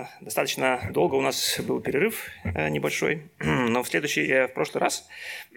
Достаточно долго у нас был перерыв небольшой, но в прошлый раз,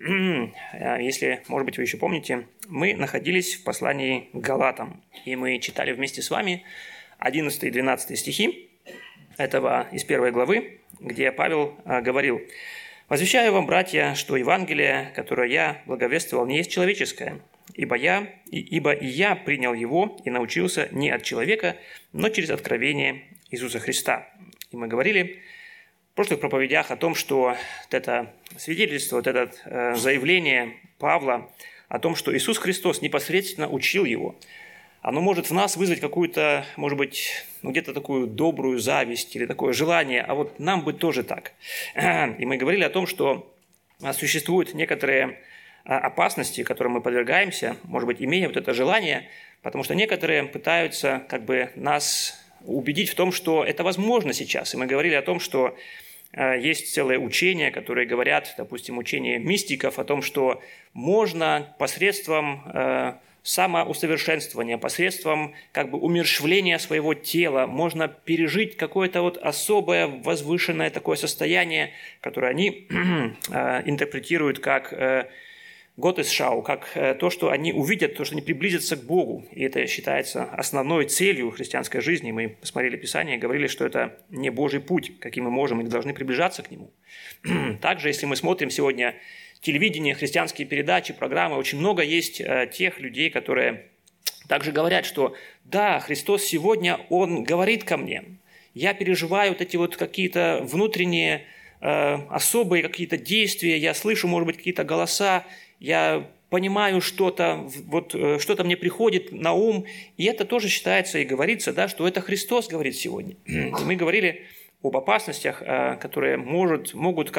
если, может быть, вы еще помните, мы находились в послании к Галатам, и мы читали вместе с вами 11 и 12 стихи этого из 1 главы, где Павел говорил: «Возвещаю вам, братья, что Евангелие, которое я благовествовал, не есть человеческое, ибо и я принял его и научился не от человека, но через откровение Иисуса Христа». И мы говорили в прошлых проповедях о том, что вот это свидетельство, вот это заявление Павла о том, что Иисус Христос непосредственно учил его, оно может в нас вызвать какую-то, может быть, где-то такую добрую зависть или такое желание, а вот нам бы тоже так. И мы говорили о том, что существуют некоторые опасности, которым мы подвергаемся, может быть, имея вот это желание, потому что некоторые пытаются нас убедить в том, что это возможно сейчас. И мы говорили о том, что есть целые учения, которые говорят, допустим, учение мистиков о том, что можно посредством самоусовершенствования, посредством умерщвления своего тела, можно пережить какое-то особое, возвышенное такое состояние, которое они интерпретируют как Готесшау, как то, что они увидят, то, что они приблизятся к Богу. И это считается основной целью христианской жизни. Мы посмотрели Писание и говорили, что это не Божий путь, каким мы можем или должны приближаться к Нему. Также, если мы смотрим сегодня телевидение, христианские передачи, программы, очень много есть тех людей, которые также говорят, что да, Христос сегодня, Он говорит ко мне. Я переживаю эти какие-то внутренние особые какие-то действия, я слышу, может быть, какие-то голоса, я понимаю что-то, что-то мне приходит на ум, и это тоже считается и говорится, да, что это Христос говорит сегодня. И мы говорили об опасностях, которые могут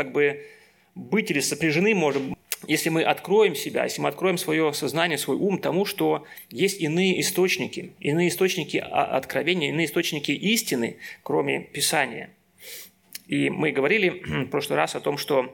быть или сопряжены, если мы откроем себя, если мы откроем свое сознание, свой ум тому, что есть иные источники откровения, иные источники истины, кроме Писания. И мы говорили в прошлый раз о том, что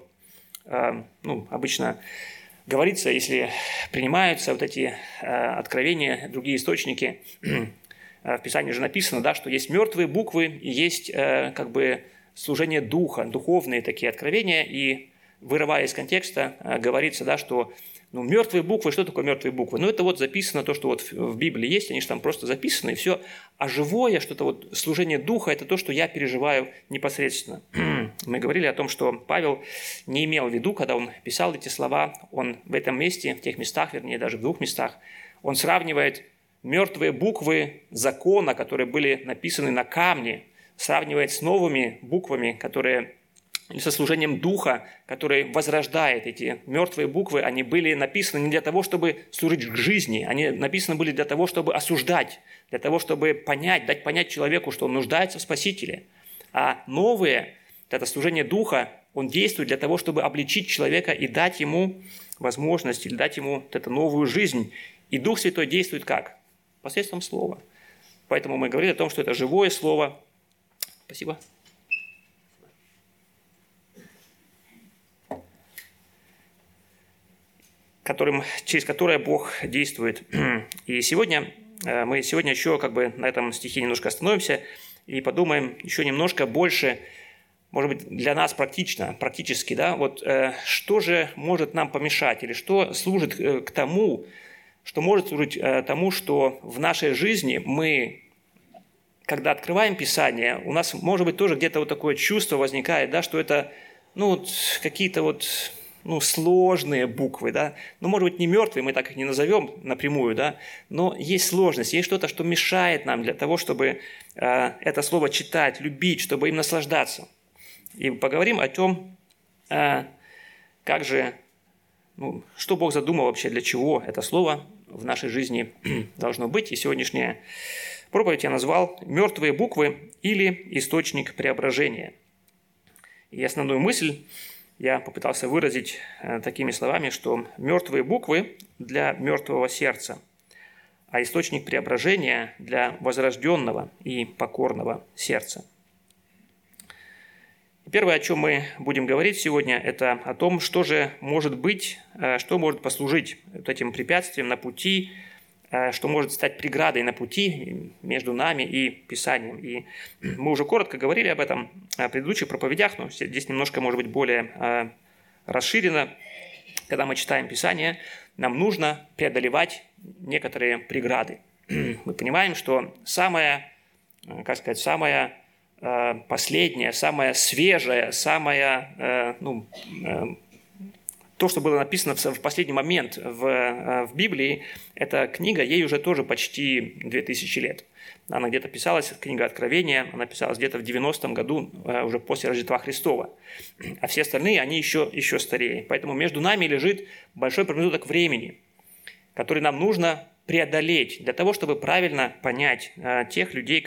обычно говорится, если принимаются эти откровения, другие источники, в Писании же написано, да, что есть мертвые буквы и есть служение духа, духовные такие откровения, и вырывая из контекста, говорится, да, что мертвые буквы, что такое мертвые буквы? Это записано, то, что в Библии есть, они же там просто записаны, и все. А живое, что-то служение духа, это то, что я переживаю непосредственно. Мы говорили о том, что Павел не имел в виду, когда он писал эти слова, он в этом месте, в тех местах, вернее, даже в 2 местах, он сравнивает мертвые буквы закона, которые были написаны на камне, сравнивает с новыми буквами, со служением Духа, который возрождает эти мертвые буквы. Они были написаны не для того, чтобы служить к жизни, они написаны были для того, чтобы осуждать, для того, чтобы дать понять человеку, что он нуждается в Спасителе. А новые, это служение Духа, он действует для того, чтобы обличить человека и дать ему возможность, или дать ему эту новую жизнь. И Дух Святой действует как? Посредством Слова. Поэтому мы говорили о том, что это живое Слово. Спасибо. Через которое Бог действует. И сегодня мы еще на этом стихе немножко остановимся и подумаем еще немножко больше, может быть, для нас практически, да, что же может нам помешать, или что служит к тому, что может служить тому, что в нашей жизни мы, когда открываем Писание, у нас, может быть, тоже где-то такое чувство возникает, да, что это какие-то сложные буквы, да, может быть, не мертвые, мы так их не назовем напрямую, да, но есть сложность, есть что-то, что мешает нам для того, чтобы это слово читать, любить, чтобы им наслаждаться. И поговорим о том, что Бог задумал вообще, для чего это слово в нашей жизни должно быть. И сегодняшняя проповедь я назвал «Мертвые буквы или источник преображения». И основную мысль я попытался выразить такими словами, что мертвые буквы для мертвого сердца, а источник преображения для возрожденного и покорного сердца. Первое, о чем мы будем говорить сегодня, это о том, что же может быть, что может послужить этим препятствием на пути что может стать преградой на пути между нами и Писанием. И мы уже коротко говорили об этом в предыдущих проповедях, но здесь немножко, может быть, более расширено. Когда мы читаем Писание, нам нужно преодолевать некоторые преграды. Мы понимаем, что самое последнее, самое свежее, то, что было написано в последний момент в Библии, эта книга, ей уже тоже почти 2000 лет. Она где-то писалась, книга Откровения, она писалась где-то в 90-м году, уже после Рождества Христова. А все остальные, они еще старее. Поэтому между нами лежит большой промежуток времени, который нам нужно преодолеть для того, чтобы правильно понять тех людей,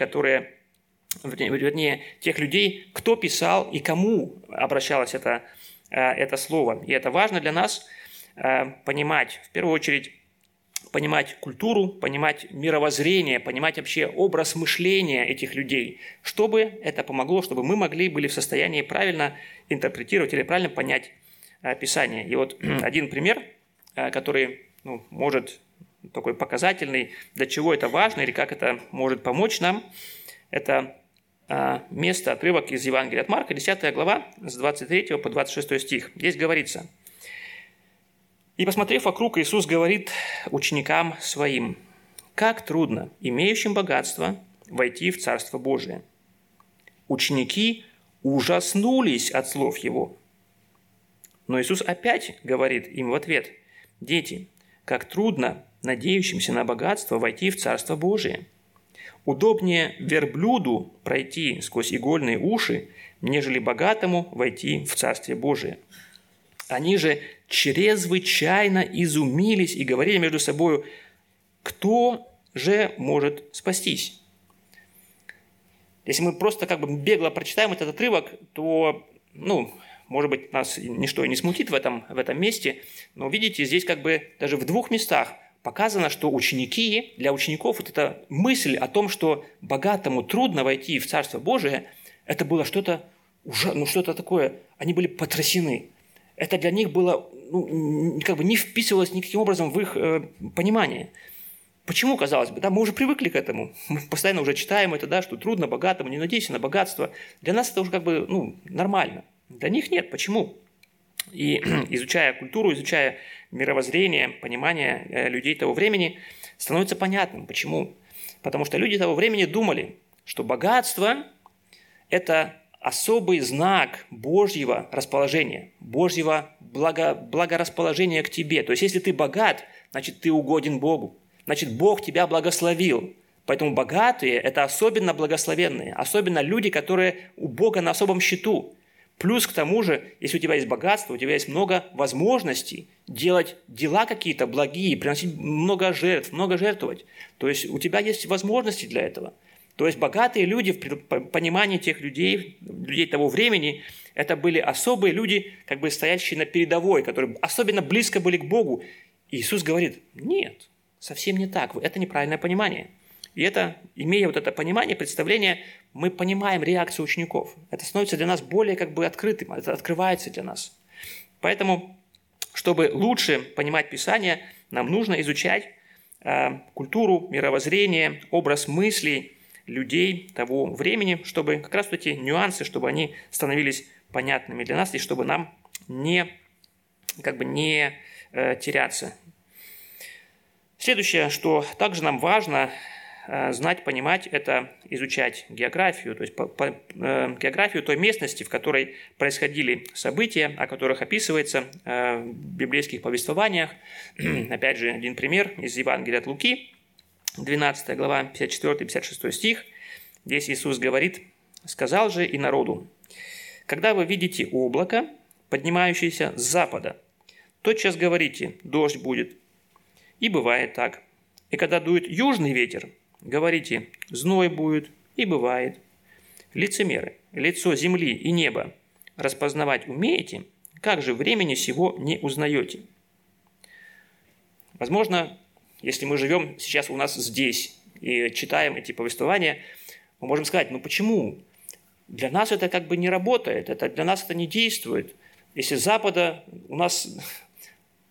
тех людей, кто писал и кому обращалось это слово. И это важно для нас понимать, в первую очередь, понимать культуру, понимать мировоззрение, понимать вообще образ мышления этих людей, чтобы это помогло, чтобы мы были в состоянии правильно интерпретировать или правильно понять Писание. И вот один пример, который может такой показательный, для чего это важно или как это может помочь нам, это место, отрывок из Евангелия от Марка, 10 глава, с 23 по 26 стих. Здесь говорится: «И, посмотрев вокруг, Иисус говорит ученикам своим: как трудно имеющим богатство войти в Царство Божие. Ученики ужаснулись от слов Его. Но Иисус опять говорит им в ответ: дети, как трудно надеющимся на богатство войти в Царство Божие. Удобнее верблюду пройти сквозь игольные уши, нежели богатому войти в Царствие Божие. Они же чрезвычайно изумились и говорили между собой: кто же может спастись?» Если мы просто бегло прочитаем этот отрывок, то, может быть, нас ничто и не смутит в этом месте, но видите, здесь даже в двух местах показано, что для учеников вот эта мысль о том, что богатому трудно войти в Царство Божие, это было что-то такое, они были потрясены. Это для них было, не вписывалось никаким образом в их понимание. Почему, казалось бы, мы уже привыкли к этому, мы постоянно уже читаем это, что трудно богатому, не надейся на богатство. Для нас это уже нормально. Для них нет. Почему? И изучая культуру, изучая мировоззрение, понимание людей того времени, становится понятным. Почему? Потому что люди того времени думали, что богатство – это особый знак Божьего расположения, Божьего благорасположения к тебе. То есть, если ты богат, значит, ты угоден Богу. Значит, Бог тебя благословил. Поэтому богатые – это особенно благословенные, особенно люди, которые у Бога на особом счету. Плюс к тому же, если у тебя есть богатство, у тебя есть много возможностей делать дела какие-то благие, приносить много жертв, много жертвовать. То есть у тебя есть возможности для этого. То есть богатые люди, в понимании тех людей того времени, это были особые люди, стоящие на передовой, которые особенно близко были к Богу. И Иисус говорит: нет, совсем не так, это неправильное понимание. И имея вот это понимание, представление, мы понимаем реакцию учеников. Это становится для нас более открытым, это открывается для нас. Поэтому, чтобы лучше понимать Писание, нам нужно изучать культуру, мировоззрение, образ мыслей людей того времени, чтобы как раз эти нюансы, чтобы они становились понятными для нас, и чтобы нам не теряться. Следующее, что также нам важно знать, понимать, это изучать географию, то есть географию той местности, в которой происходили события, о которых описывается в библейских повествованиях. Опять же, один пример из Евангелия от Луки, 12 глава, 54-56 стих. Здесь Иисус говорит: «Сказал же и народу: когда вы видите облако, поднимающееся с запада, тотчас говорите: дождь будет. И бывает так. И когда дует южный ветер, говорите: зной будет, и бывает. Лицемеры, лицо земли и неба распознавать умеете, как же времени сего не узнаете?» Возможно, если мы живем сейчас у нас здесь и читаем эти повествования, мы можем сказать: почему? Для нас это не работает, для нас это не действует. Если с запада у нас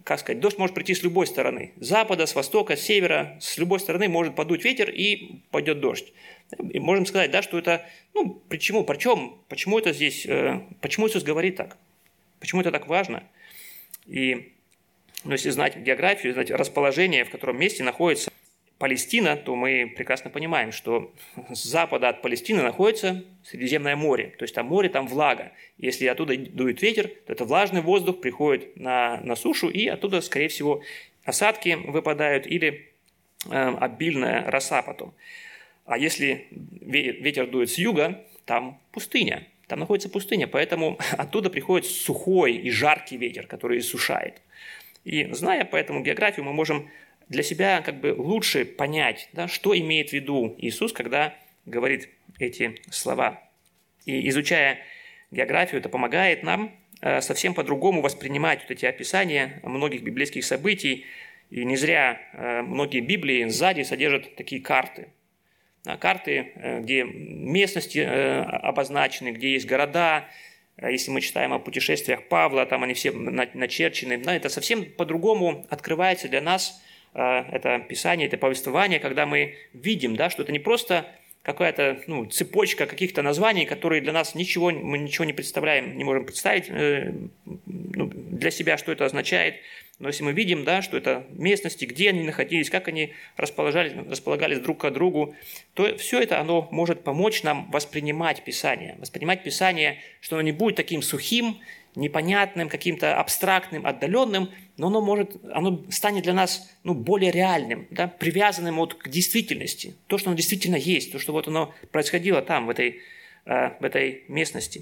как сказать, дождь может прийти с любой стороны. С запада, с востока, с севера, с любой стороны может подуть ветер и пойдет дождь. И можем сказать, да, что это, почему это здесь, почему Иисус говорит так? Почему это так важно? И если знать географию, знать расположение, в котором месте находится Палестина, то мы прекрасно понимаем, что с запада от Палестины находится Средиземное море. То есть там море, там влага. Если оттуда дует ветер, то это влажный воздух приходит на сушу, и оттуда, скорее всего, осадки выпадают или обильная роса потом. А если ветер дует с юга, там пустыня. Там находится пустыня, поэтому оттуда приходит сухой и жаркий ветер, который иссушает. И зная поэтому географию, мы можем для себя лучше понять, да, что имеет в виду Иисус, когда говорит эти слова. И изучая географию, это помогает нам совсем по-другому воспринимать вот эти описания многих библейских событий. И не зря многие Библии сзади содержат такие карты. Карты, где местности обозначены, где есть города. Если мы читаем о путешествиях Павла, там они все начерчены. Да, это совсем по-другому открывается для нас это писание, это повествование, когда мы видим, да, что это не просто какая-то цепочка каких-то названий, которые для нас мы ничего не представляем, не можем представить для себя, что это означает. Но если мы видим, да, что это местности, где они находились, как они располагались друг к другу, то все это оно может помочь нам воспринимать Писание. Воспринимать Писание, что оно не будет таким сухим, непонятным, каким-то абстрактным, отдаленным, но оно станет для нас более реальным, да, привязанным к действительности. То, что оно действительно есть, то, что оно происходило там, в этой местности.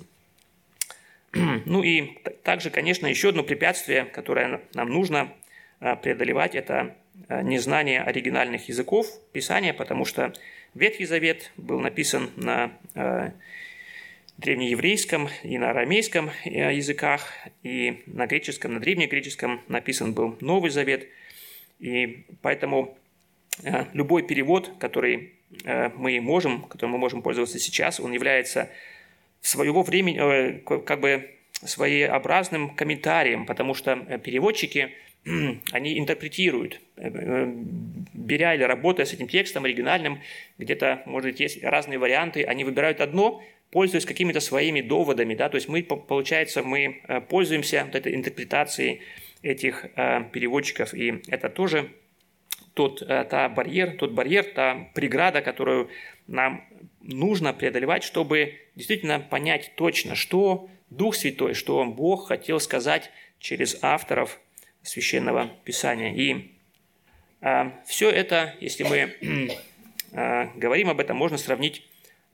И также, конечно, еще одно препятствие, которое нам нужно преодолевать, это незнание оригинальных языков Писания, потому что Ветхий Завет был написан на древнееврейском и на арамейском языках, и на греческом, на древнегреческом написан был Новый Завет. И поэтому любой перевод, которым мы можем пользоваться сейчас, он является своего времени своеобразным комментарием, потому что переводчики, они интерпретируют, беря или работая с этим текстом оригинальным, где-то, может, есть разные варианты, они выбирают одно, пользуясь какими-то своими доводами, да, то есть мы пользуемся этой интерпретацией этих переводчиков, и это тоже тот барьер, та преграда, которую нам нужно преодолевать, чтобы действительно понять точно, что Дух Святой, что Бог хотел сказать через авторов Священного Писания. И все это, если мы говорим об этом, можно сравнить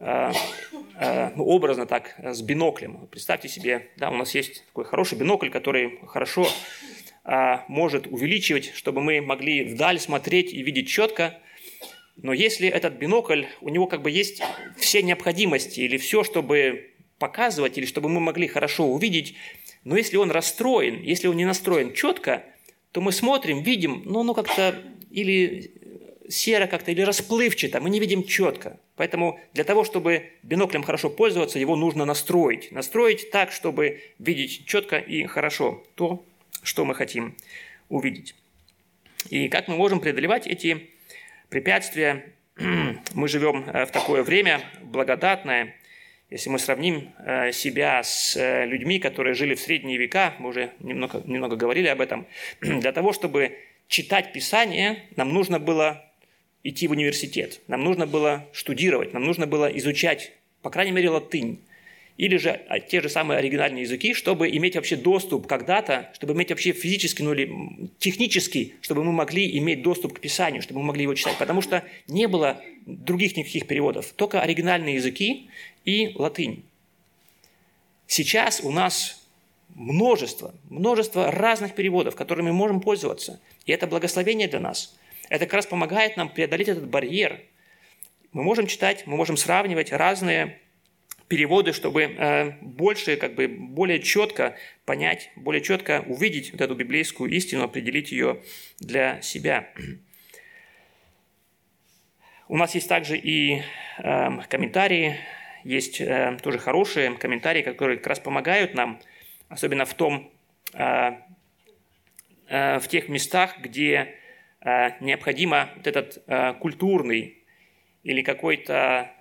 образно так с биноклем. Представьте себе, да, у нас есть такой хороший бинокль, который хорошо может увеличивать, чтобы мы могли вдаль смотреть и видеть четко. Но если этот бинокль, у него есть все необходимости или все, чтобы показывать, или чтобы мы могли хорошо увидеть, но если он расстроен, если он не настроен четко, то мы смотрим, видим, как-то или серо как-то, или расплывчато, мы не видим четко. Поэтому для того, чтобы биноклем хорошо пользоваться, его нужно настроить. Настроить так, чтобы видеть четко и хорошо то, что мы хотим увидеть. И как мы можем преодолевать эти препятствия? Мы живем в такое время благодатное. Если мы сравним себя с людьми, которые жили в средние века, мы уже немного говорили об этом, для того, чтобы читать Писание, нам нужно было идти в университет, нам нужно было штудировать, нам нужно было изучать, по крайней мере, латынь, или же те же самые оригинальные языки, чтобы иметь вообще доступ когда-то, чтобы иметь вообще физически, или технически, чтобы мы могли иметь доступ к Писанию, чтобы мы могли его читать, потому что не было других никаких переводов, только оригинальные языки и латынь. Сейчас у нас множество разных переводов, которыми мы можем пользоваться, и это благословение для нас. Это как раз помогает нам преодолеть этот барьер. Мы можем читать, мы можем сравнивать разные переводы, чтобы более четко понять, более четко увидеть эту библейскую истину, определить ее для себя. У нас есть также и комментарии, есть тоже хорошие комментарии, которые как раз помогают нам, особенно в том в тех местах, где необходимо вот этот культурный или какой-то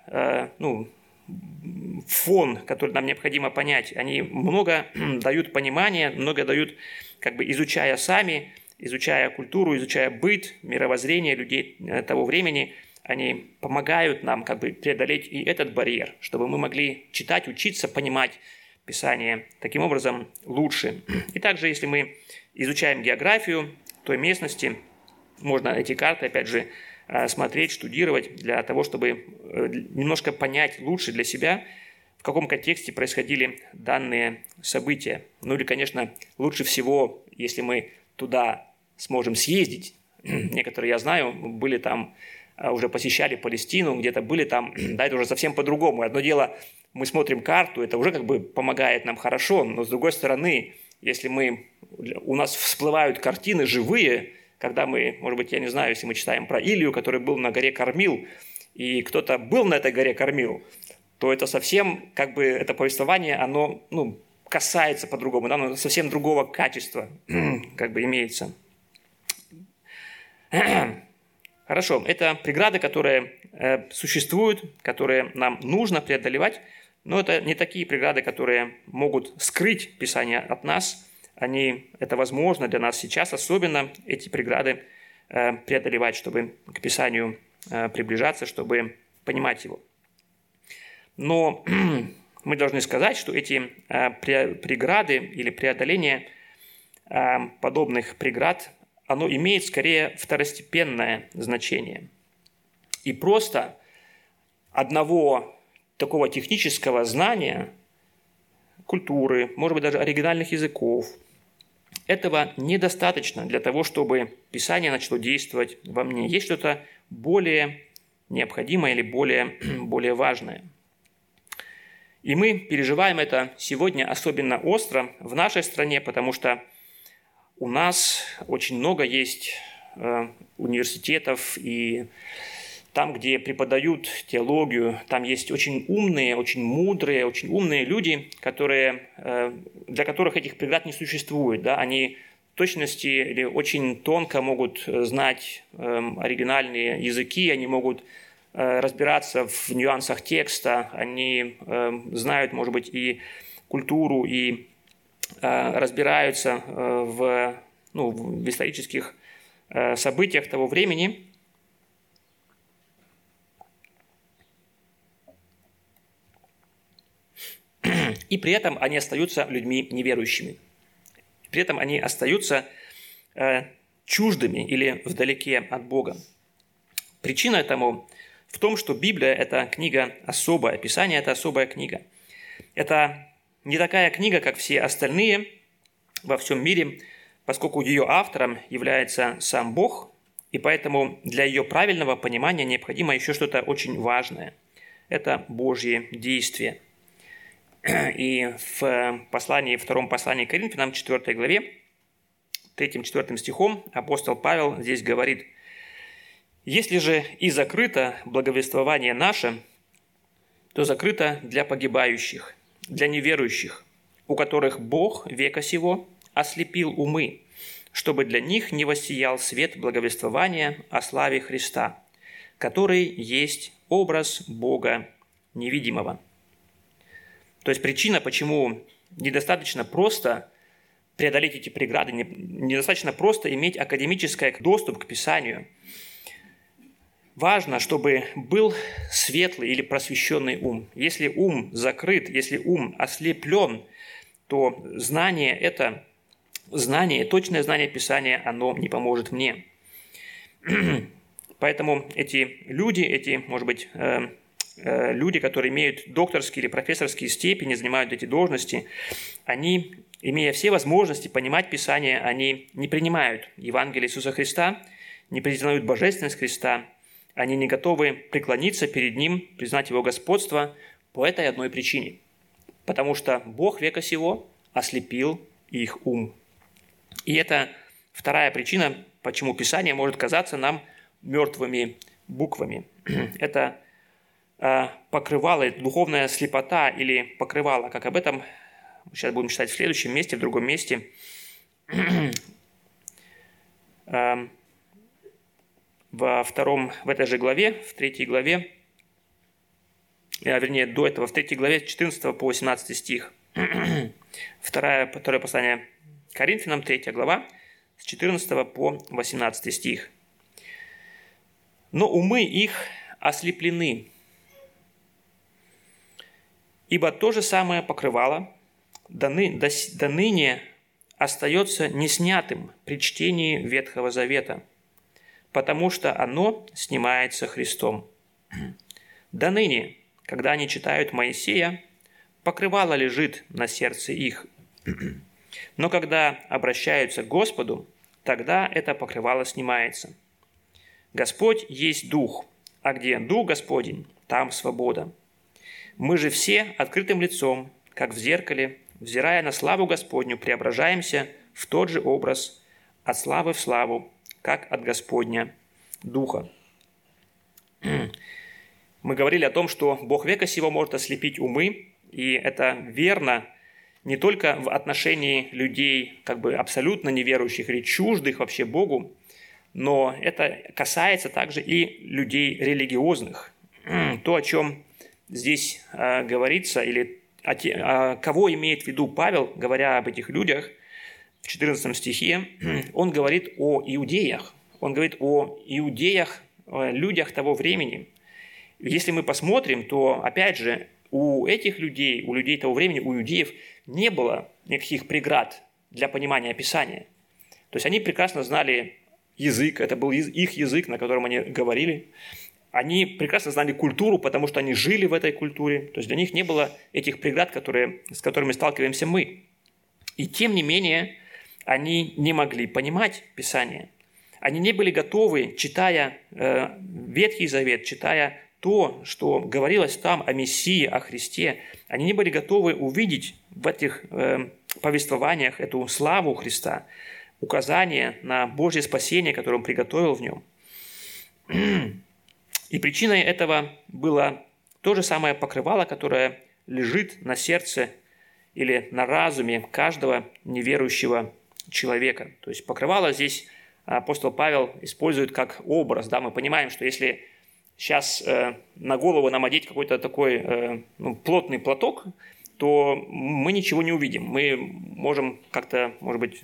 фон, который нам необходимо понять. Они много дают понимания, много дают, изучая сами, изучая культуру, изучая быт, мировоззрение людей того времени, они помогают нам преодолеть и этот барьер, чтобы мы могли читать, учиться, понимать Писание таким образом лучше. И также, если мы изучаем географию той местности, можно эти карты, опять же, смотреть, штудировать для того, чтобы немножко понять лучше для себя, в каком контексте происходили данные события. Или, конечно, лучше всего, если мы туда сможем съездить. Некоторые, я знаю, были там, уже посещали Палестину, где-то были там, да, это уже совсем по-другому. Одно дело, мы смотрим карту, это уже помогает нам хорошо, но с другой стороны, если у нас всплывают картины живые, когда мы, может быть, я не знаю, если мы читаем про Илию, который был на горе Кормил, и кто-то был на этой горе Кормил, то это совсем, это повествование, оно, касается по-другому, да, оно совсем другого качества, имеется. Хорошо, это преграды, которые существуют, которые нам нужно преодолевать, но это не такие преграды, которые могут скрыть Писание от нас. Это возможно для нас сейчас, особенно эти преграды преодолевать, чтобы к Писанию приближаться, чтобы понимать его. Но мы должны сказать, что эти преграды или преодоление подобных преград, оно имеет скорее второстепенное значение. И просто одного такого технического знания, культуры, может быть, даже оригинальных языков, этого недостаточно для того, чтобы Писание начало действовать во мне. Есть что-то более необходимое или более важное. И мы переживаем это сегодня особенно остро в нашей стране, потому что у нас очень много есть университетов, и там, где преподают теологию, там есть очень умные, очень мудрые, очень умные люди, для которых этих преград не существует. Да? Они в точности или очень тонко могут знать оригинальные языки, они могут разбираться в нюансах текста, они знают, может быть, и культуру, и разбираются в исторических событиях того времени. И при этом они остаются людьми неверующими. При этом они остаются чуждыми или вдалеке от Бога. Причина этому в том, что Библия – это книга особая, Писание – это особая книга. Это не такая книга, как все остальные во всем мире, поскольку ее автором является сам Бог, и поэтому для ее правильного понимания необходимо еще что-то очень важное. Это Божье действие. И в втором послании к Коринфянам, 4 главе, 3-4 стихом апостол Павел здесь говорит: «Если же и закрыто благовествование наше, то закрыто для погибающих, для неверующих, у которых Бог века сего ослепил умы, чтобы для них не воссиял свет благовествования о славе Христа, который есть образ Бога невидимого». То есть причина, почему недостаточно просто преодолеть эти преграды, недостаточно просто иметь академический доступ к Писанию. Важно, чтобы был светлый или просвещенный ум. Если ум закрыт, если ум ослеплен, то точное знание Писания, оно не поможет мне. Поэтому эти люди, может быть, люди, которые имеют докторские или профессорские степени, занимают эти должности, они, имея все возможности понимать Писание, они не принимают Евангелие Иисуса Христа, не признают божественность Христа, они не готовы преклониться перед Ним, признать Его господство по этой одной причине. Потому что Бог века сего ослепил их ум. И это вторая причина, почему Писание может казаться нам мертвыми буквами. Это покрывало, духовная слепота или покрывало, как об этом сейчас будем читать в следующем месте, в другом месте. в этой же главе, в 3 главе, вернее, до этого, в 3 главе, 14 по 18 стих. Второе послание Коринфянам, 3 глава, с 14 по 18 стих. «Но умы их ослеплены, ибо то же самое покрывало до ныне остается неснятым при чтении Ветхого Завета, потому что оно снимается Христом. До ныне, когда они читают Моисея, покрывало лежит на сердце их. Но когда обращаются к Господу, тогда это покрывало снимается. Господь есть Дух, а где Дух Господень, там свобода. Мы же все открытым лицом, как в зеркале, взирая на славу Господню, преображаемся в тот же образ, от славы в славу, как от Господня Духа». Мы говорили о том, что Бог века сего может ослепить умы, и это верно не только в отношении людей, как бы абсолютно неверующих или чуждых вообще Богу, но это касается также и людей религиозных. То, о чем здесь говорится, или кого имеет в виду Павел, говоря об этих людях, в 14 стихе, он говорит о иудеях. Он говорит о иудеях, о людях того времени. Если мы посмотрим, то, опять же, у этих людей, у людей того времени, у иудеев не было никаких преград для понимания Писания. То есть они прекрасно знали язык, это был их язык, на котором они говорили. Они прекрасно знали культуру, потому что они жили в этой культуре. То есть для них не было этих преград, с которыми сталкиваемся мы. И тем не менее, они не могли понимать Писание. Они не были готовы, читая Ветхий Завет, читая то, что говорилось там о Мессии, о Христе, они не были готовы увидеть в этих повествованиях эту славу Христа, указание на Божье спасение, которое Он приготовил в Нем. И причиной этого было то же самое покрывало, которое лежит на сердце или на разуме каждого неверующего человека. То есть покрывало здесь апостол Павел использует как образ. Да? Мы понимаем, что если сейчас на голову нам одеть какой-то такой плотный платок, то мы ничего не увидим. Мы можем как-то, может быть,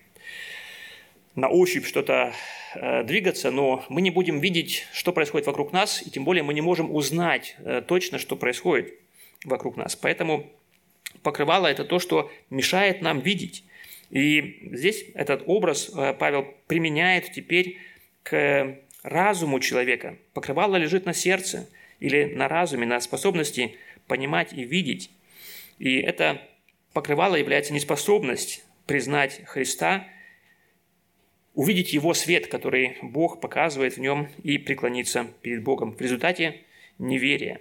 на ощупь что-то двигаться, но мы не будем видеть, что происходит вокруг нас, и тем более мы не можем узнать точно, что происходит вокруг нас. Поэтому покрывало – это то, что мешает нам видеть. И здесь этот образ Павел применяет теперь к разуму человека. Покрывало лежит на сердце или на разуме, на способности понимать и видеть. И это покрывало является неспособность признать Христа, увидеть Его свет, который Бог показывает в нем, и преклониться перед Богом. В результате неверия.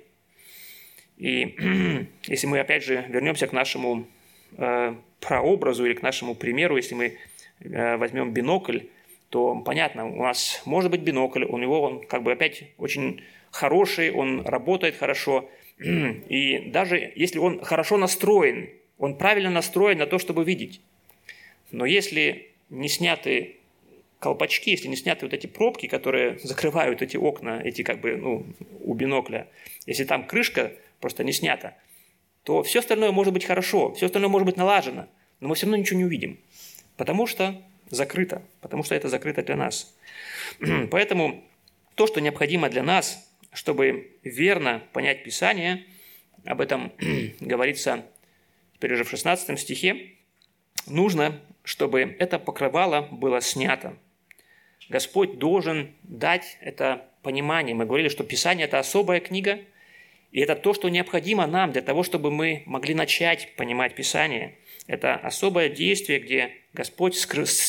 И если мы, опять же, вернемся к нашему прообразу или к нашему примеру, если мы возьмем бинокль, то понятно, у нас может быть бинокль, он как бы опять очень хороший, он работает хорошо. И даже если он хорошо настроен, он правильно настроен на то, чтобы видеть. Но если не сняты колпачки, если не сняты вот эти пробки, которые закрывают эти окна, эти как бы, у бинокля, если там крышка просто не снята, то все остальное может быть хорошо, все остальное может быть налажено, но мы все равно ничего не увидим, потому что закрыто, потому что это закрыто для нас. Поэтому то, что необходимо для нас, чтобы верно понять Писание, об этом говорится теперь уже в 16 стихе, нужно, чтобы это покрывало было снято. Господь должен дать это понимание. Мы говорили, что Писание – это особая книга, и это то, что необходимо нам для того, чтобы мы могли начать понимать Писание. Это особое действие, где Господь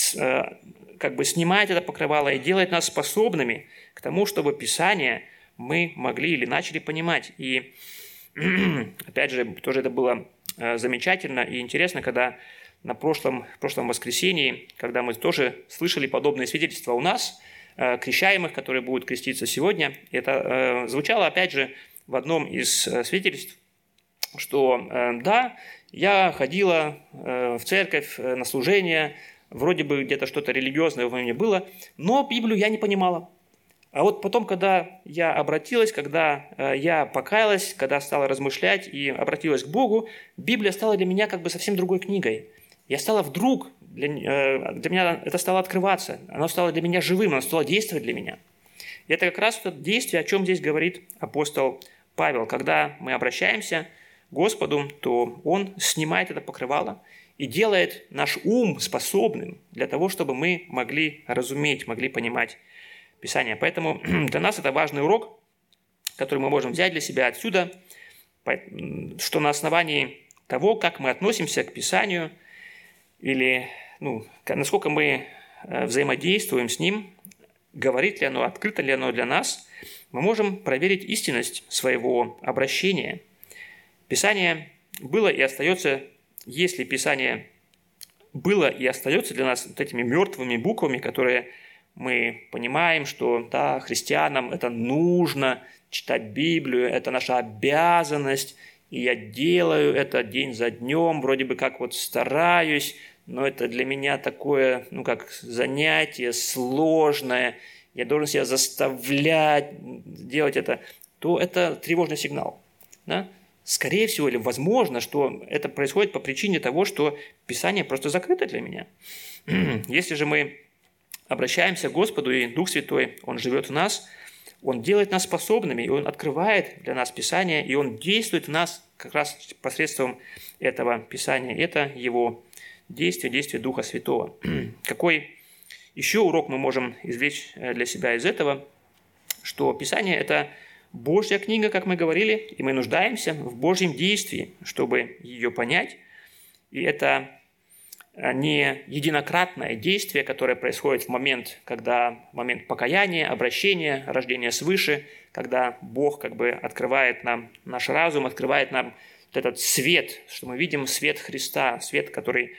как бы снимает это покрывало и делает нас способными к тому, чтобы Писание мы могли или начали понимать. И опять же, тоже это было замечательно и интересно, когда на прошлом воскресенье, когда мы тоже слышали подобные свидетельства у нас, крещаемых, которые будут креститься сегодня. Это звучало, опять же, в одном из свидетельств, что да, я ходила в церковь на служение, вроде бы где-то что-то религиозное во мне было, но Библию я не понимала. А вот потом, когда я обратилась, когда я покаялась, когда стала размышлять и обратилась к Богу, Библия стала для меня как бы совсем другой книгой. Я стала вдруг, для меня это стало открываться, оно стало для меня живым, оно стало действовать для меня. И это как раз это действие, о чем здесь говорит апостол Павел. Когда мы обращаемся к Господу, то Он снимает это покрывало и делает наш ум способным для того, чтобы мы могли разуметь, могли понимать Писание. Поэтому для нас это важный урок, который мы можем взять для себя отсюда, что на основании того, как мы относимся к Писанию, или насколько мы взаимодействуем с ним, говорит ли оно, открыто ли оно для нас, мы можем проверить истинность своего обращения. Писание было и остается, если Писание было и остается для нас вот этими мертвыми буквами, которые мы понимаем, что да, христианам это нужно читать Библию, это наша обязанность, и я делаю это день за днем, вроде бы как вот стараюсь, но это для меня такое, как занятие сложное, я должен себя заставлять делать это, то это тревожный сигнал. Да? Скорее всего, или возможно, что это происходит по причине того, что Писание просто закрыто для меня. Если же мы обращаемся к Господу, и Дух Святой, Он живет в нас, Он делает нас способными, и Он открывает для нас Писание, и Он действует в нас как раз посредством этого Писания. Это Его действие Духа Святого. Какой еще урок мы можем извлечь для себя из этого? Что Писание – это Божья книга, как мы говорили, и мы нуждаемся в Божьем действии, чтобы ее понять. И это не единократное действие, которое происходит в момент покаяния, обращения, рождения свыше, когда Бог как бы открывает нам наш разум, открывает нам вот этот свет, что мы видим свет Христа, свет, который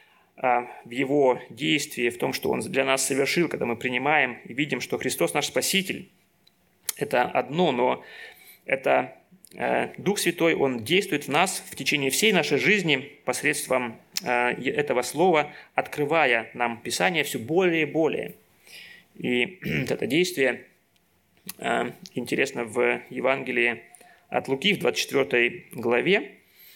в Его действии, в том, что Он для нас совершил, когда мы принимаем и видим, что Христос наш Спаситель. Это одно, но это Дух Святой, Он действует в нас в течение всей нашей жизни посредством этого слова, открывая нам Писание все более и более. И это действие интересно в Евангелии от Луки в 24 главе.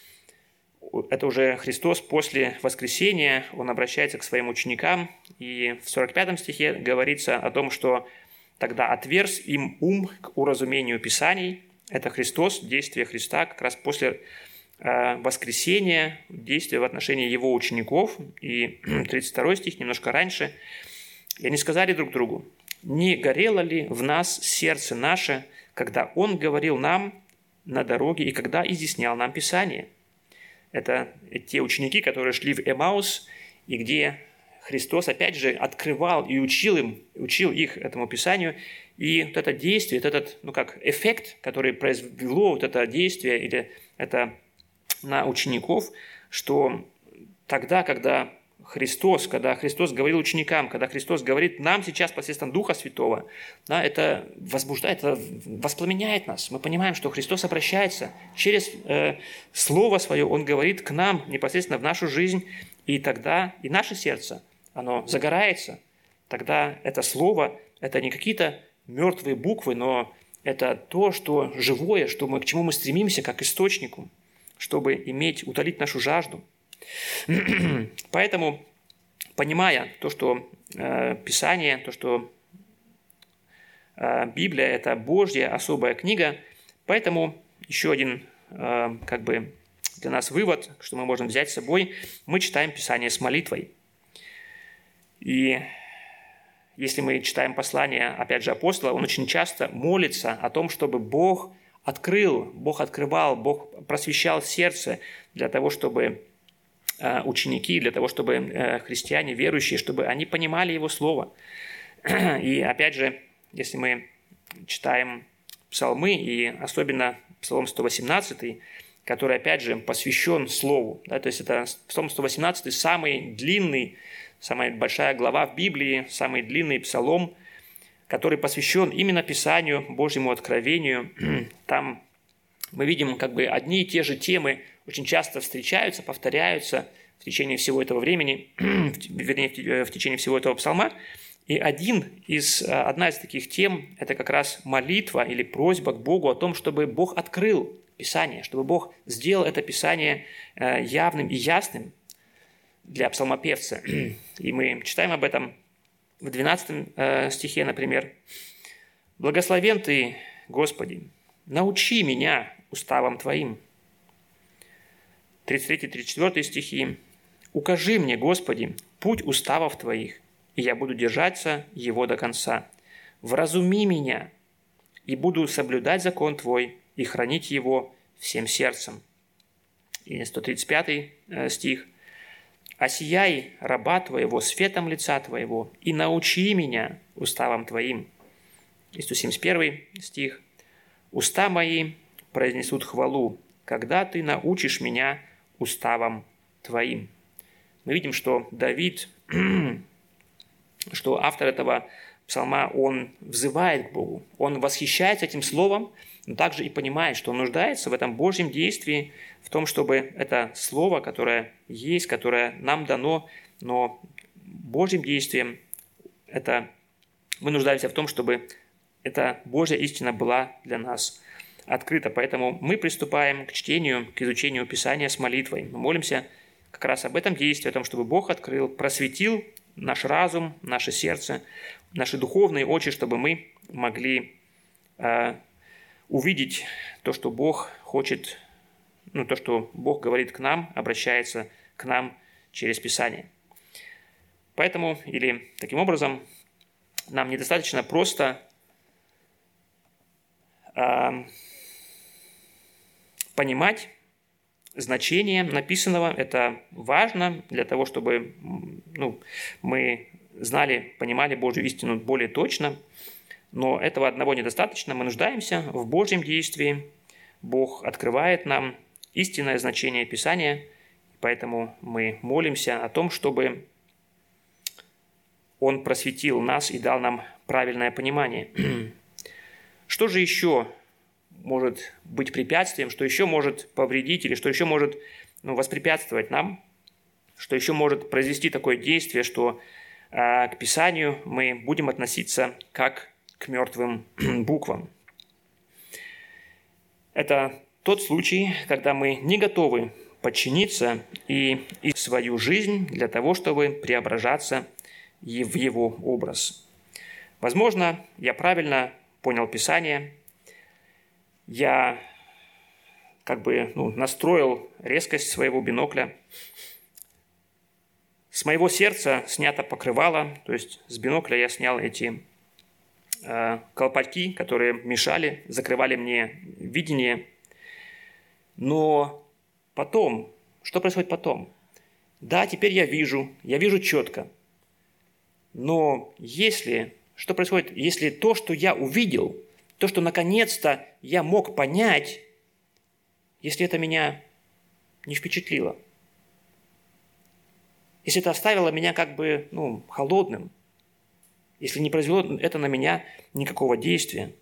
Это уже Христос после воскресения, Он обращается к своим ученикам, и в 45 стихе говорится о том, что тогда отверз им ум к уразумению Писаний. Это Христос, действие Христа как раз после воскресения, действие в отношении Его учеников. И 32 стих, немножко раньше. «И они сказали друг другу: не горело ли в нас сердце наше, когда Он говорил нам на дороге и когда изъяснял нам Писание?» Это те ученики, которые шли в Эмаус, и где Христос, опять же, открывал и учил их этому Писанию. И вот это действие, этот эффект, который произвело вот это действие, или это на учеников, что тогда, когда Христос говорил ученикам, когда Христос говорит нам сейчас посредством Духа Святого, да, это возбуждает, это воспламеняет нас. Мы понимаем, что Христос обращается через Слово Свое, Он говорит к нам непосредственно в нашу жизнь, и тогда и наше сердце, оно загорается. Тогда это Слово, это не какие-то мертвые буквы, но это то, что живое, к чему мы стремимся, как к источнику, чтобы утолить нашу жажду. Поэтому, понимая то, что Писание, то, что Библия – это Божья особая книга, поэтому еще один для нас вывод, что мы можем взять с собой, мы читаем Писание с молитвой. И если мы читаем послание, опять же, апостола, он очень часто молится о том, чтобы Бог открывал, Бог просвещал сердце для того, чтобы ученики, для того, чтобы христиане, верующие, чтобы они понимали Его Слово. И опять же, если мы читаем псалмы, и особенно Псалом 118, который, опять же, посвящен Слову, да, то есть это Псалом 118 самый длинный, самая большая глава в Библии, самый длинный псалом, который посвящен именно Писанию, Божьему откровению. Там мы видим одни и те же темы очень часто встречаются, повторяются в течение всего этого времени, вернее, в течение всего этого псалма. И одна из таких тем – это как раз молитва или просьба к Богу о том, чтобы Бог открыл Писание, чтобы Бог сделал это Писание явным и ясным для псалмопевца. И мы читаем об этом в 12 стихе, например. «Благословен Ты, Господи, научи меня уставам Твоим». 33-34 стихи. «Укажи мне, Господи, путь уставов Твоих, и я буду держаться его до конца. Вразуми меня, и буду соблюдать закон Твой и хранить его всем сердцем». И 135 стих. «Осияй раба Твоего светом лица Твоего, и научи меня уставам Твоим». И 171 стих. «Уста мои произнесут хвалу, когда Ты научишь меня уставам Твоим». Мы видим, что Давид, что автор этого псалма, он взывает к Богу, он восхищается этим словом, но также и понимает, что он нуждается в этом Божьем действии, в том, чтобы это слово, которое есть, которое нам дано, но Божьим действием мы нуждаемся в том, чтобы эта Божья истина была для нас открыта. Поэтому мы приступаем к чтению, к изучению Писания с молитвой. Мы молимся как раз об этом действии, о том, чтобы Бог открыл, просветил наш разум, наше сердце, наши духовные очи, чтобы мы могли увидеть то, что Бог хочет, то, что Бог говорит к нам, обращается к нам через Писание. Поэтому, или таким образом, нам недостаточно просто понимать значение написанного. Это важно для того, чтобы мы знали, понимали Божью истину более точно. Но этого одного недостаточно. Мы нуждаемся в Божьем действии. Бог открывает нам истинное значение Писания. Поэтому мы молимся о том, чтобы Он просветил нас и дал нам правильное понимание. Что же еще может быть препятствием, что еще может повредить или что еще может воспрепятствовать нам, что еще может произвести такое действие, что к Писанию мы будем относиться как к мертвым буквам. Это тот случай, когда мы не готовы подчиниться и свою жизнь для того, чтобы преображаться в Его образ. Возможно, я правильно понял Писание, я настроил резкость своего бинокля, с моего сердца снято покрывало, то есть с бинокля я снял эти колпаки, которые мешали, закрывали мне видение. Но потом, что происходит потом? Да, теперь я вижу четко. Но что происходит, если то, что я увидел, то, что наконец-то я мог понять, если это меня не впечатлило? Если это оставило меня холодным, если не произвело это на меня никакого действия,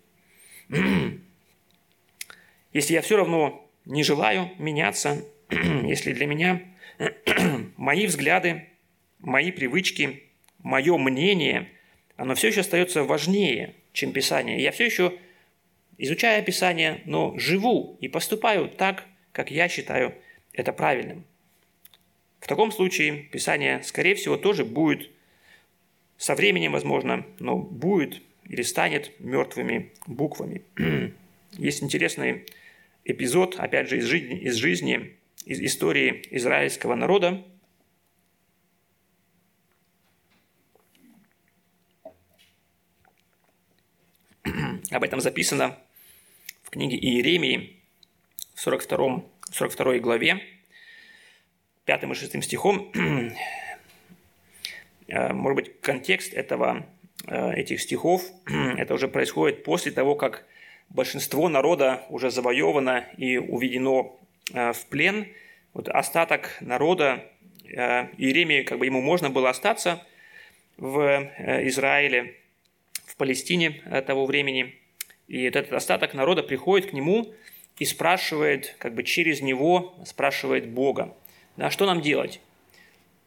если я все равно не желаю меняться, если для меня мои взгляды, мои привычки, мое мнение, оно все еще остается важнее, чем Писание. Я все еще, изучая Писание, но живу и поступаю так, как я считаю это правильным. В таком случае Писание, скорее всего, тоже будет, со временем, возможно, но будет или станет мертвыми буквами. Есть интересный эпизод, опять же, из жизни, из истории израильского народа. Об этом записано в книге Иеремии в 42 главе, 5 и 6 стихом. Может быть, контекст этих стихов, это уже происходит после того, как большинство народа уже завоевано и уведено в плен. Вот остаток народа, Иеремии, ему можно было остаться в Израиле, в Палестине того времени. И этот остаток народа приходит к нему и спрашивает, через него спрашивает Бога, да, что нам делать?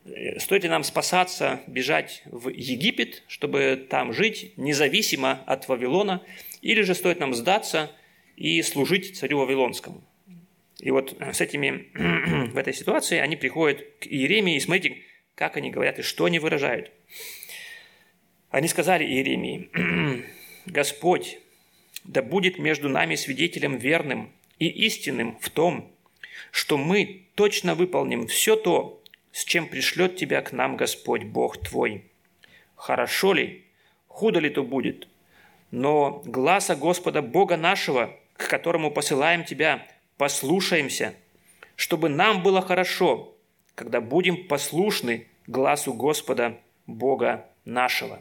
Стоит ли нам спасаться, бежать в Египет, чтобы там жить, независимо от Вавилона, или же стоит нам сдаться и служить царю Вавилонскому? И вот с этими, в этой ситуации они приходят к Иеремии, и смотрите, как они говорят и что они выражают. Они сказали Иеремии: «Господь, да будет между нами свидетелем верным и истинным в том, что мы точно выполним все то, с чем пришлет тебя к нам Господь Бог твой. Хорошо ли, худо ли то будет, но гласа Господа Бога нашего, к которому посылаем тебя, послушаемся, чтобы нам было хорошо, когда будем послушны гласу Господа Бога нашего».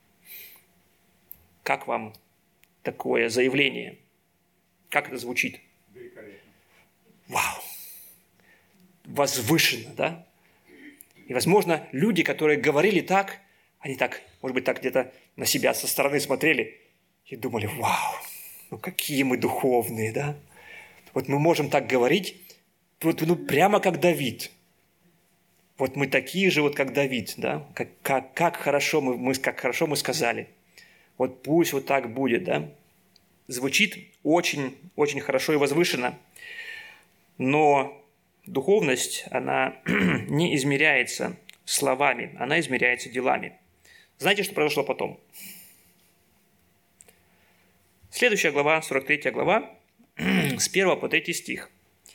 Как вам такое заявление? Как это звучит? Вау! Возвышенно, да? И, возможно, люди, которые говорили так, они так, может быть, так где-то на себя со стороны смотрели и думали: вау, ну какие мы духовные, да? Вот мы можем так говорить, вот, ну прямо как Давид. Вот мы такие же, вот как Давид, да? Как хорошо как хорошо мы сказали. Вот пусть вот так будет, да? Звучит очень, очень хорошо и возвышенно, но духовность, она не измеряется словами, она измеряется делами. Знаете, что произошло потом? Следующая глава, 43 глава, с 1 по 3 стих.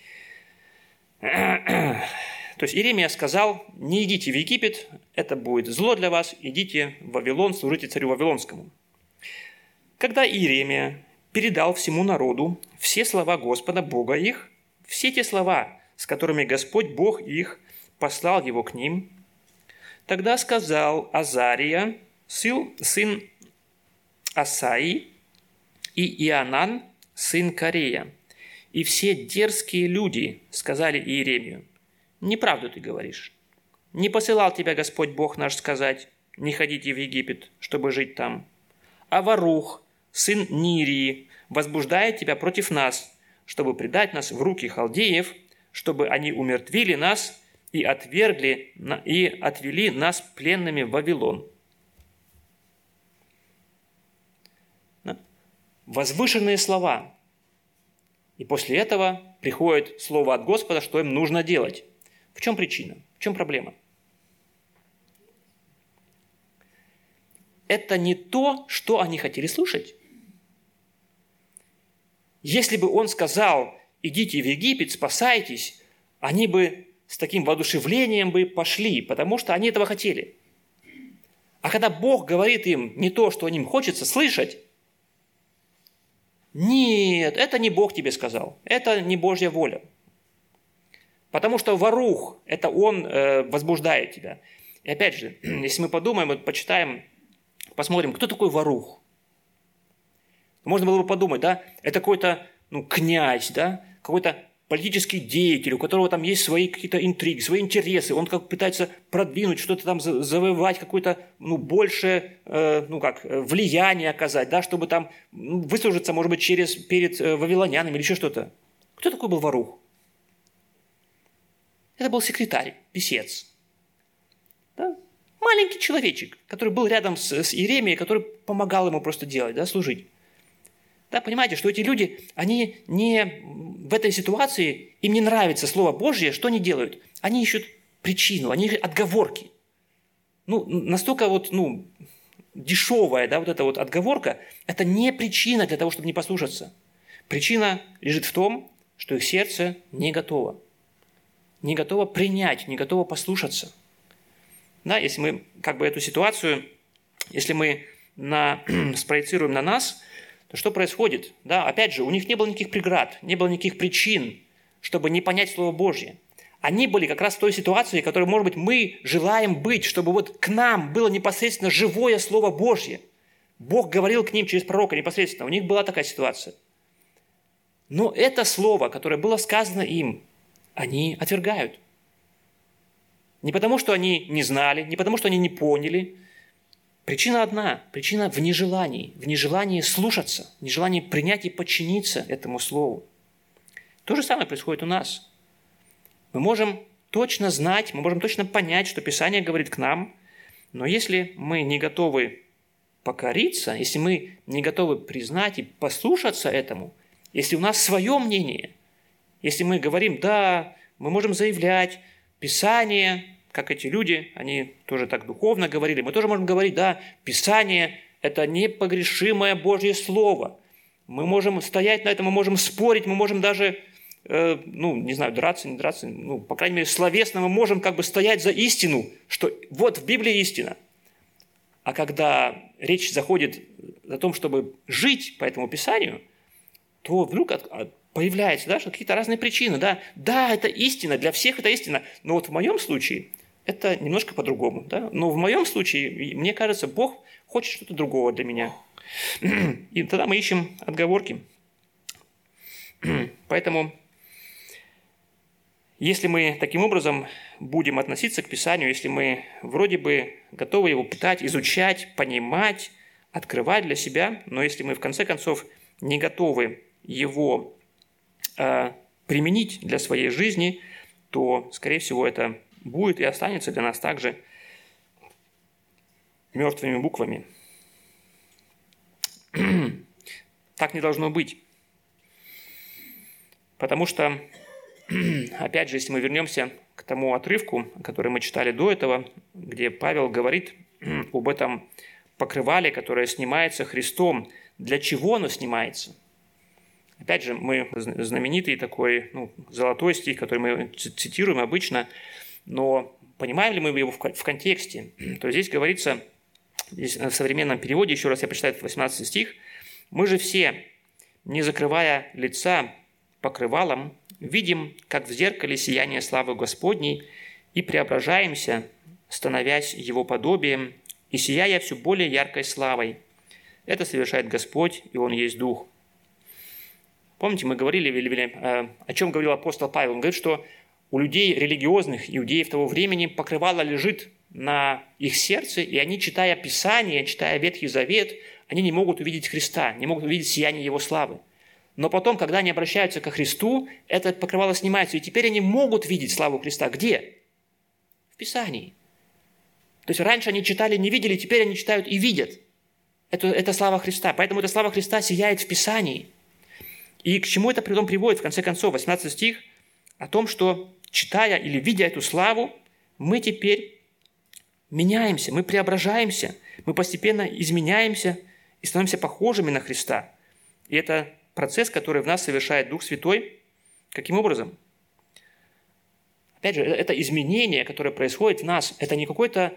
То есть Иеремия сказал: «Не идите в Египет, это будет зло для вас, идите в Вавилон, служите царю Вавилонскому». Когда Иеремия передал всему народу все слова Господа Бога их, все те слова, с которыми Господь Бог их послал его к ним, тогда сказал Азария, сын Асаи, и Иоанан, сын Карея, и все дерзкие люди сказали Иеремию: «Неправду ты говоришь. Не посылал тебя Господь Бог наш сказать: не ходите в Египет, чтобы жить там. А Варух, сын Нирии, возбуждает тебя против нас, чтобы предать нас в руки халдеев, чтобы они умертвили нас и отвели нас пленными в Вавилон». Возвышенные слова. И после этого приходит слово от Господа, что им нужно делать. В чем причина? В чем проблема? Это не то, что они хотели слушать. Если бы он сказал: идите в Египет, спасайтесь, они бы с таким воодушевлением бы пошли, потому что они этого хотели. А когда Бог говорит им не то, что им хочется слышать, нет, это не Бог тебе сказал, это не Божья воля. Потому что Варух, это он возбуждает тебя. И опять же, если мы подумаем, почитаем, посмотрим, кто такой Варух. Можно было бы подумать, да, это какой-то князь, да, какой-то политический деятель, у которого там есть свои какие-то интриги, свои интересы, он как пытается продвинуть, что-то там завоевать, какое-то большее влияние оказать, да, чтобы там выслужиться, может быть, перед вавилонянами или еще что-то. Кто такой был Варух? Это был секретарь, писец. Да? Маленький человечек, который был рядом с Иеремией, который помогал ему просто делать, да, служить. Да, понимаете, что эти люди, они не в этой ситуации, им не нравится Слово Божье, что они делают? Они ищут причину, они ищут отговорки. Настолько дешевая, да, вот эта вот отговорка, это не причина для того, чтобы не послушаться. Причина лежит в том, что их сердце не готово. Не готово принять, не готово послушаться. Да, если мы эту ситуацию, если мы спроецируем на нас, то что происходит? Да, опять же, у них не было никаких преград, не было никаких причин, чтобы не понять Слово Божье. Они были как раз в той ситуации, в которой, может быть, мы желаем быть, чтобы вот к нам было непосредственно живое Слово Божье. Бог говорил к ним через пророка непосредственно. У них была такая ситуация. Но это слово, которое было сказано им, они отвергают. Не потому, что они не знали, не потому, что они не поняли. Причина одна. Причина в нежелании слушаться, в нежелании принять и подчиниться этому слову. То же самое происходит у нас. Мы можем точно знать, мы можем точно понять, что Писание говорит к нам, но если мы не готовы покориться, если мы не готовы признать и послушаться этому, если у нас свое мнение, если мы говорим, да, мы можем заявлять, Писание, как эти люди, они тоже так духовно говорили, мы тоже можем говорить, да, Писание – это непогрешимое Божье Слово. Мы можем стоять на этом, мы можем спорить, мы можем даже, не знаю, драться, не драться, по крайней мере, словесно мы можем как бы стоять за истину, что вот в Библии истина. А когда речь заходит о том, чтобы жить по этому Писанию, то вдруг появляются какие-то разные причины. Да, это истина, для всех это истина, но вот в моем случае это немножко по-другому. Да? Но в моем случае, мне кажется, Бог хочет что-то другого для меня. И тогда мы ищем отговорки. Поэтому, если мы таким образом будем относиться к Писанию, если мы вроде бы готовы его питать, изучать, понимать, открывать для себя, но если мы в конце концов не готовы его применить для своей жизни, то, скорее всего, это будет и останется для нас также мертвыми буквами. Так не должно быть. Потому что, опять же, если мы вернемся к тому отрывку, который мы читали до этого, где Павел говорит об этом покрывале, которое снимается Христом, для чего оно снимается? Опять же, мы знаменитый такой золотой стих, который мы цитируем обычно, но понимаем ли мы его в контексте? То есть здесь говорится, здесь в современном переводе, еще раз я прочитаю 18 стих, «Мы же все, не закрывая лица покрывалом, видим, как в зеркале сияние славы Господней, и преображаемся, становясь Его подобием, и сияя все более яркой славой. Это совершает Господь, и Он есть Дух». Помните, мы говорили, о чем говорил апостол Павел? Он говорит, что у людей религиозных, иудеев того времени, покрывало лежит на их сердце, и они, читая Писание, читая Ветхий Завет, они не могут увидеть Христа, не могут увидеть сияние Его славы. Но потом, когда они обращаются ко Христу, это покрывало снимается, и теперь они могут видеть славу Христа. Где? В Писании. То есть раньше они читали, не видели, теперь они читают и видят. Это слава Христа. Поэтому эта слава Христа сияет в Писании. И к чему это потом приводит, в конце концов, 18 стих, о том, что, читая или видя эту славу, мы теперь меняемся, мы преображаемся, мы постепенно изменяемся и становимся похожими на Христа. И это процесс, который в нас совершает Дух Святой. Каким образом? Опять же, это изменение, которое происходит в нас, это не какой-то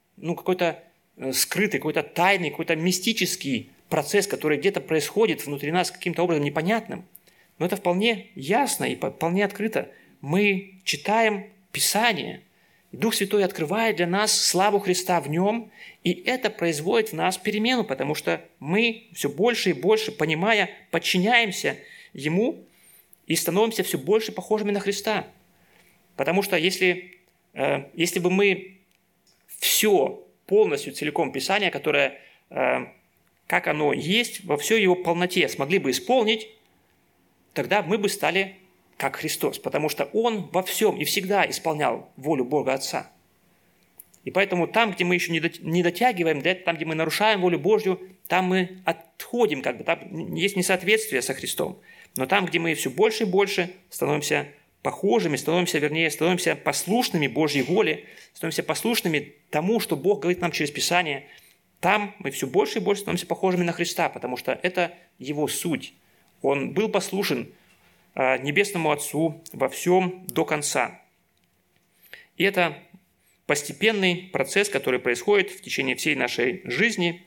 скрытый, какой-то тайный, какой-то мистический процесс, который где-то происходит внутри нас каким-то образом непонятным. Но это вполне ясно и вполне открыто. Мы читаем Писание, и Дух Святой открывает для нас славу Христа в нем, и это производит в нас перемену, потому что мы все больше и больше, понимая, подчиняемся Ему и становимся все больше похожими на Христа. Потому что если бы мы все полностью, целиком Писание, которое, как оно есть, во всей его полноте смогли бы исполнить, тогда мы бы стали как Христос, потому что Он во всем и всегда исполнял волю Бога Отца. И поэтому там, где мы еще не дотягиваем, там, где мы нарушаем волю Божью, там мы отходим, там есть несоответствие со Христом. Но там, где мы все больше и больше становимся похожими, становимся послушными Божьей воле, становимся послушными тому, что Бог говорит нам через Писание, там мы все больше и больше становимся похожими на Христа, потому что это Его суть. Он был послушен Небесному Отцу во всем до конца. И это постепенный процесс, который происходит в течение всей нашей жизни.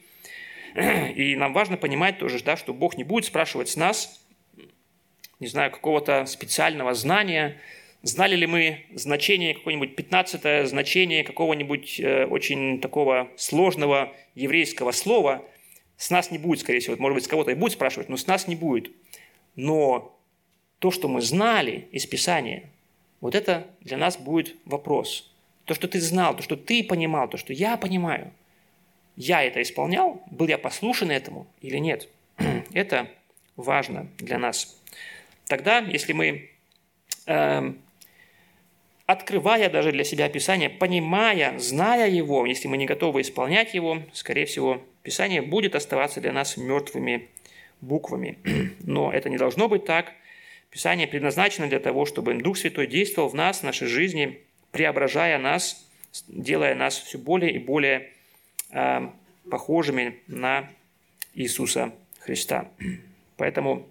И нам важно понимать тоже, что Бог не будет спрашивать с нас, не знаю, какого-то специального знания, знали ли мы значение, какое-нибудь 15-е значение какого-нибудь очень такого сложного еврейского слова. С нас не будет, скорее всего, может быть, с кого-то и будет спрашивать, но с нас не будет. Но то, что мы знали из Писания, вот это для нас будет вопрос. То, что ты знал, то, что ты понимал, то, что я понимаю, я это исполнял, был я послушен этому или нет? Это важно для нас. Тогда, если мы открывая даже для себя Писание, понимая, зная его, если мы не готовы исполнять его, скорее всего, Писание будет оставаться для нас мертвыми буквами. Но это не должно быть так. Писание предназначено для того, чтобы Дух Святой действовал в нас, в нашей жизни, преображая нас, делая нас все более и более похожими на Иисуса Христа. Поэтому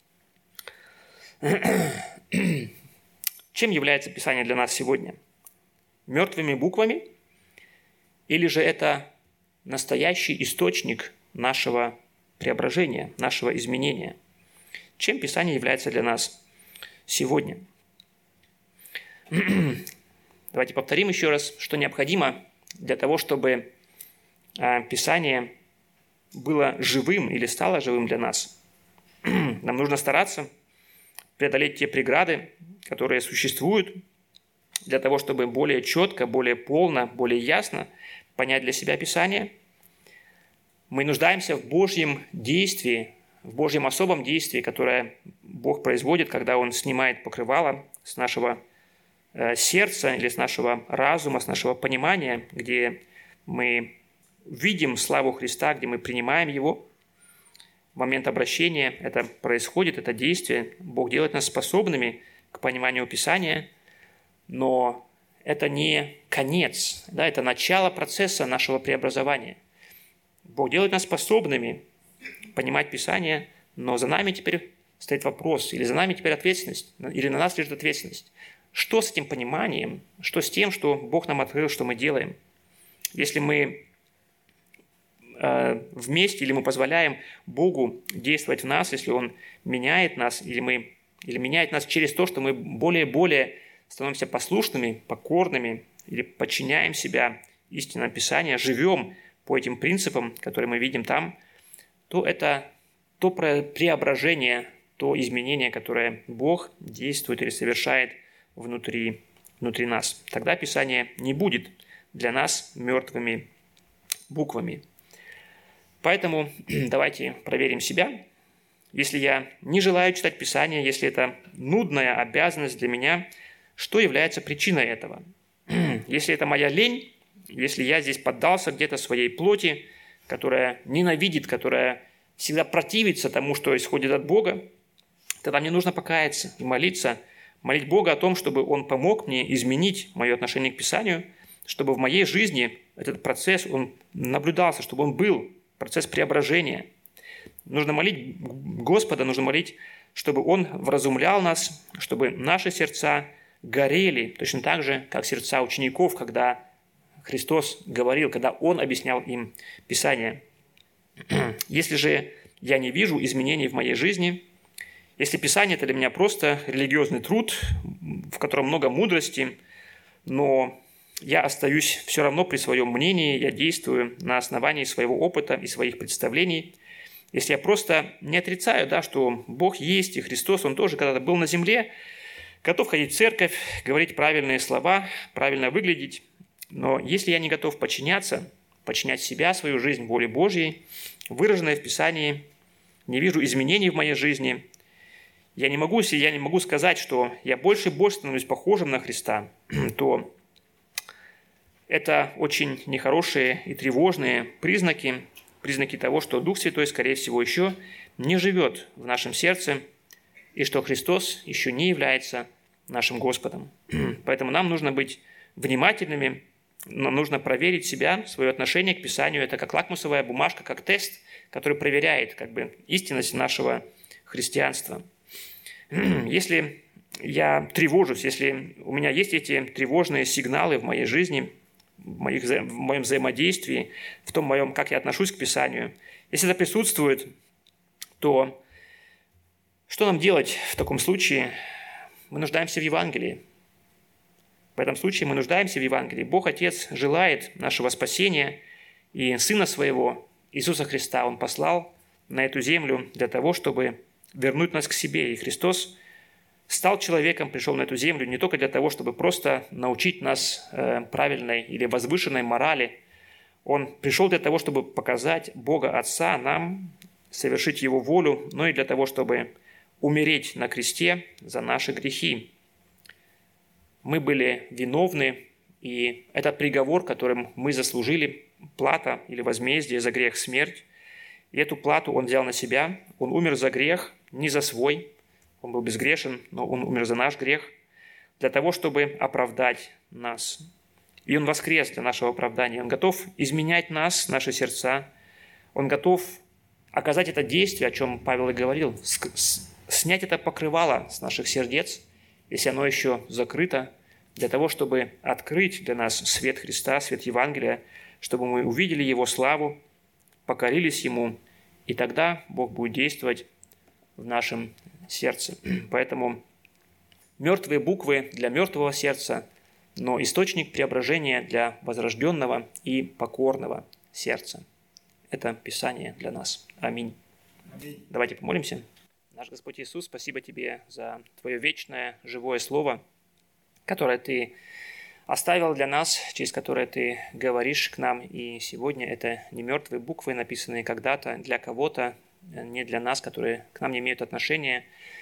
чем является Писание для нас сегодня? Мертвыми буквами? Или же это настоящий источник нашего преображения, нашего изменения? Чем Писание является для нас сегодня? Давайте повторим еще раз, что необходимо для того, чтобы Писание было живым или стало живым для нас. Нам нужно стараться преодолеть те преграды, которые существуют, для того, чтобы более четко, более полно, более ясно понять для себя Писание. Мы нуждаемся в Божьем действии, в Божьем особом действии, которое Бог производит, когда Он снимает покрывало с нашего сердца или с нашего разума, с нашего понимания, где мы видим славу Христа, где мы принимаем Его. В момент обращения это происходит, это действие. Бог делает нас способными к пониманию Писания, но это не конец, да, это начало процесса нашего преобразования. Бог делает нас способными понимать Писание, но за нами теперь стоит вопрос, или за нами теперь ответственность, или на нас лежит ответственность. Что с этим пониманием, что с тем, что Бог нам открыл, что мы делаем? Если мы вместе, или мы позволяем Богу действовать в нас, если Он меняет нас, или меняет нас через то, что мы более и более становимся послушными, покорными, или подчиняем себя истинам Писания, живем по этим принципам, которые мы видим там, то это то преображение, то изменение, которое Бог действует или совершает внутри нас. Тогда Писание не будет для нас мертвыми буквами. Поэтому давайте проверим себя. Если я не желаю читать Писание, если это нудная обязанность для меня, что является причиной этого? Если это моя лень, если я здесь поддался где-то своей плоти, которая ненавидит, которая всегда противится тому, что исходит от Бога, тогда мне нужно покаяться и молить Бога о том, чтобы Он помог мне изменить мое отношение к Писанию, чтобы в моей жизни этот процесс, он наблюдался, чтобы он был, процесс преображения. Нужно молить Господа, нужно молить, чтобы Он вразумлял нас, чтобы наши сердца горели, точно так же, как сердца учеников, когда Христос говорил, когда Он объяснял им Писание. Если же я не вижу изменений в моей жизни, если Писание – это для меня просто религиозный труд, в котором много мудрости, но я остаюсь все равно при своем мнении, я действую на основании своего опыта и своих представлений. Если я просто не отрицаю, да, что Бог есть, и Христос, Он тоже когда-то был на земле, готов ходить в церковь, говорить правильные слова, правильно выглядеть, но если я не готов подчинять себя, свою жизнь воле Божьей, выраженной в Писании, не вижу изменений в моей жизни, я не могу сказать, что я больше и больше становлюсь похожим на Христа, то это очень нехорошие и тревожные признаки того, что Дух Святой, скорее всего, еще не живет в нашем сердце, и что Христос еще не является нашим Господом. Поэтому нам нужно быть внимательными, нам нужно проверить себя, свое отношение к Писанию. Это как лакмусовая бумажка, как тест, который проверяет истинность нашего христианства. Если я тревожусь, если у меня есть эти тревожные сигналы в моей жизни, в моем взаимодействии, в том как я отношусь к Писанию, если это присутствует, то что нам делать в таком случае? Мы нуждаемся в Евангелии. В этом случае мы нуждаемся в Евангелии. Бог Отец желает нашего спасения, и Сына Своего, Иисуса Христа, Он послал на эту землю для того, чтобы вернуть нас к себе. И Христос стал человеком, пришел на эту землю не только для того, чтобы просто научить нас правильной или возвышенной морали. Он пришел для того, чтобы показать Бога Отца нам, совершить Его волю, но и для того, чтобы умереть на кресте за наши грехи. мы были виновны, и этот приговор, которым мы заслужили, плата или возмездие за грех – смерть, и эту плату Он взял на себя, Он умер за грех, не за свой, Он был безгрешен, но Он умер за наш грех, для того, чтобы оправдать нас. И Он воскрес для нашего оправдания. Он готов изменять нас, наши сердца. Он готов оказать это действие, о чем Павел и говорил, снять это покрывало с наших сердец, если оно еще закрыто, для того, чтобы открыть для нас свет Христа, свет Евангелия, чтобы мы увидели Его славу, покорились Ему, и тогда Бог будет действовать в нашем сердце. Поэтому мертвые буквы для мертвого сердца, но источник преображения для возрожденного и покорного сердца. Это Писание для нас. Аминь. Аминь. Давайте помолимся. Наш Господь Иисус, спасибо Тебе за Твое вечное, живое Слово, которое Ты оставил для нас, через которое Ты говоришь к нам. И сегодня это не мертвые буквы, написанные когда-то для кого-то, не для нас, которые к нам не имеют отношения,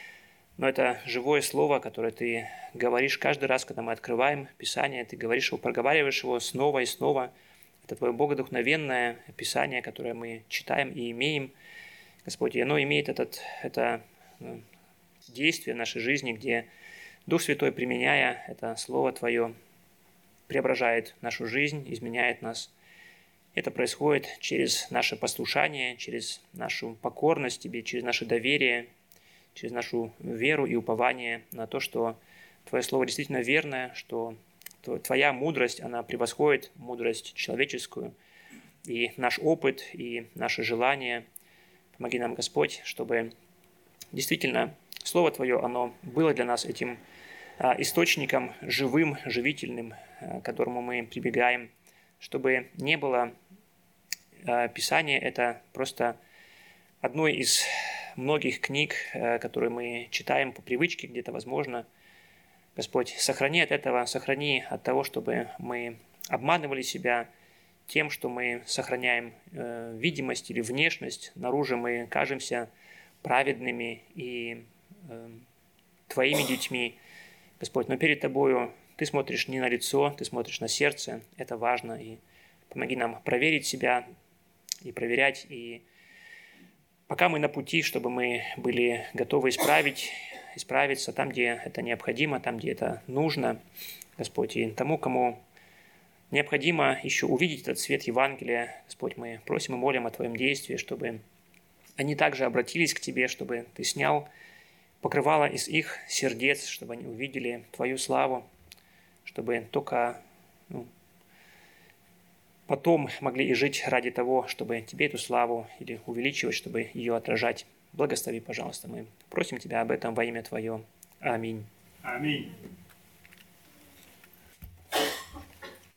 но это живое Слово, которое Ты говоришь каждый раз, когда мы открываем Писание, Ты говоришь его, проговариваешь его снова и снова. Это Твое богодухновенное Писание, которое мы читаем и имеем, Господь, и оно имеет это действие в нашей жизни, где Дух Святой, применяя это Слово Твое, преображает нашу жизнь, изменяет нас. Это происходит через наше послушание, через нашу покорность Тебе, через наше доверие, через нашу веру и упование на то, что Твое Слово действительно верное, что Твоя мудрость, она превосходит мудрость человеческую, и наш опыт, и наше желание. Помоги нам, Господь, чтобы действительно Слово Твое, оно было для нас этим источником живым, живительным, к которому мы прибегаем, чтобы не было Писание это просто одной из многих книг, которые мы читаем по привычке, где-то возможно. Господь, сохрани от этого, сохрани от того, чтобы мы обманывали себя тем, что мы сохраняем видимость или внешность. Наружу мы кажемся праведными и Твоими детьми, Господь. Но перед Тобою Ты смотришь не на лицо, Ты смотришь на сердце. Это важно. И помоги нам проверить себя и проверять. И пока мы на пути, чтобы мы были готовы исправиться там, где это необходимо, там, где это нужно, Господь. И тому, кому необходимо еще увидеть этот свет Евангелия, Господь, мы просим и молим о Твоем действии, чтобы они также обратились к Тебе, чтобы Ты снял покрывало из их сердец, чтобы они увидели Твою славу, чтобы только потом могли и жить ради того, чтобы Тебе эту славу или увеличивать, чтобы ее отражать. Благослови, пожалуйста, мы просим Тебя об этом во имя Твое. Аминь. Аминь.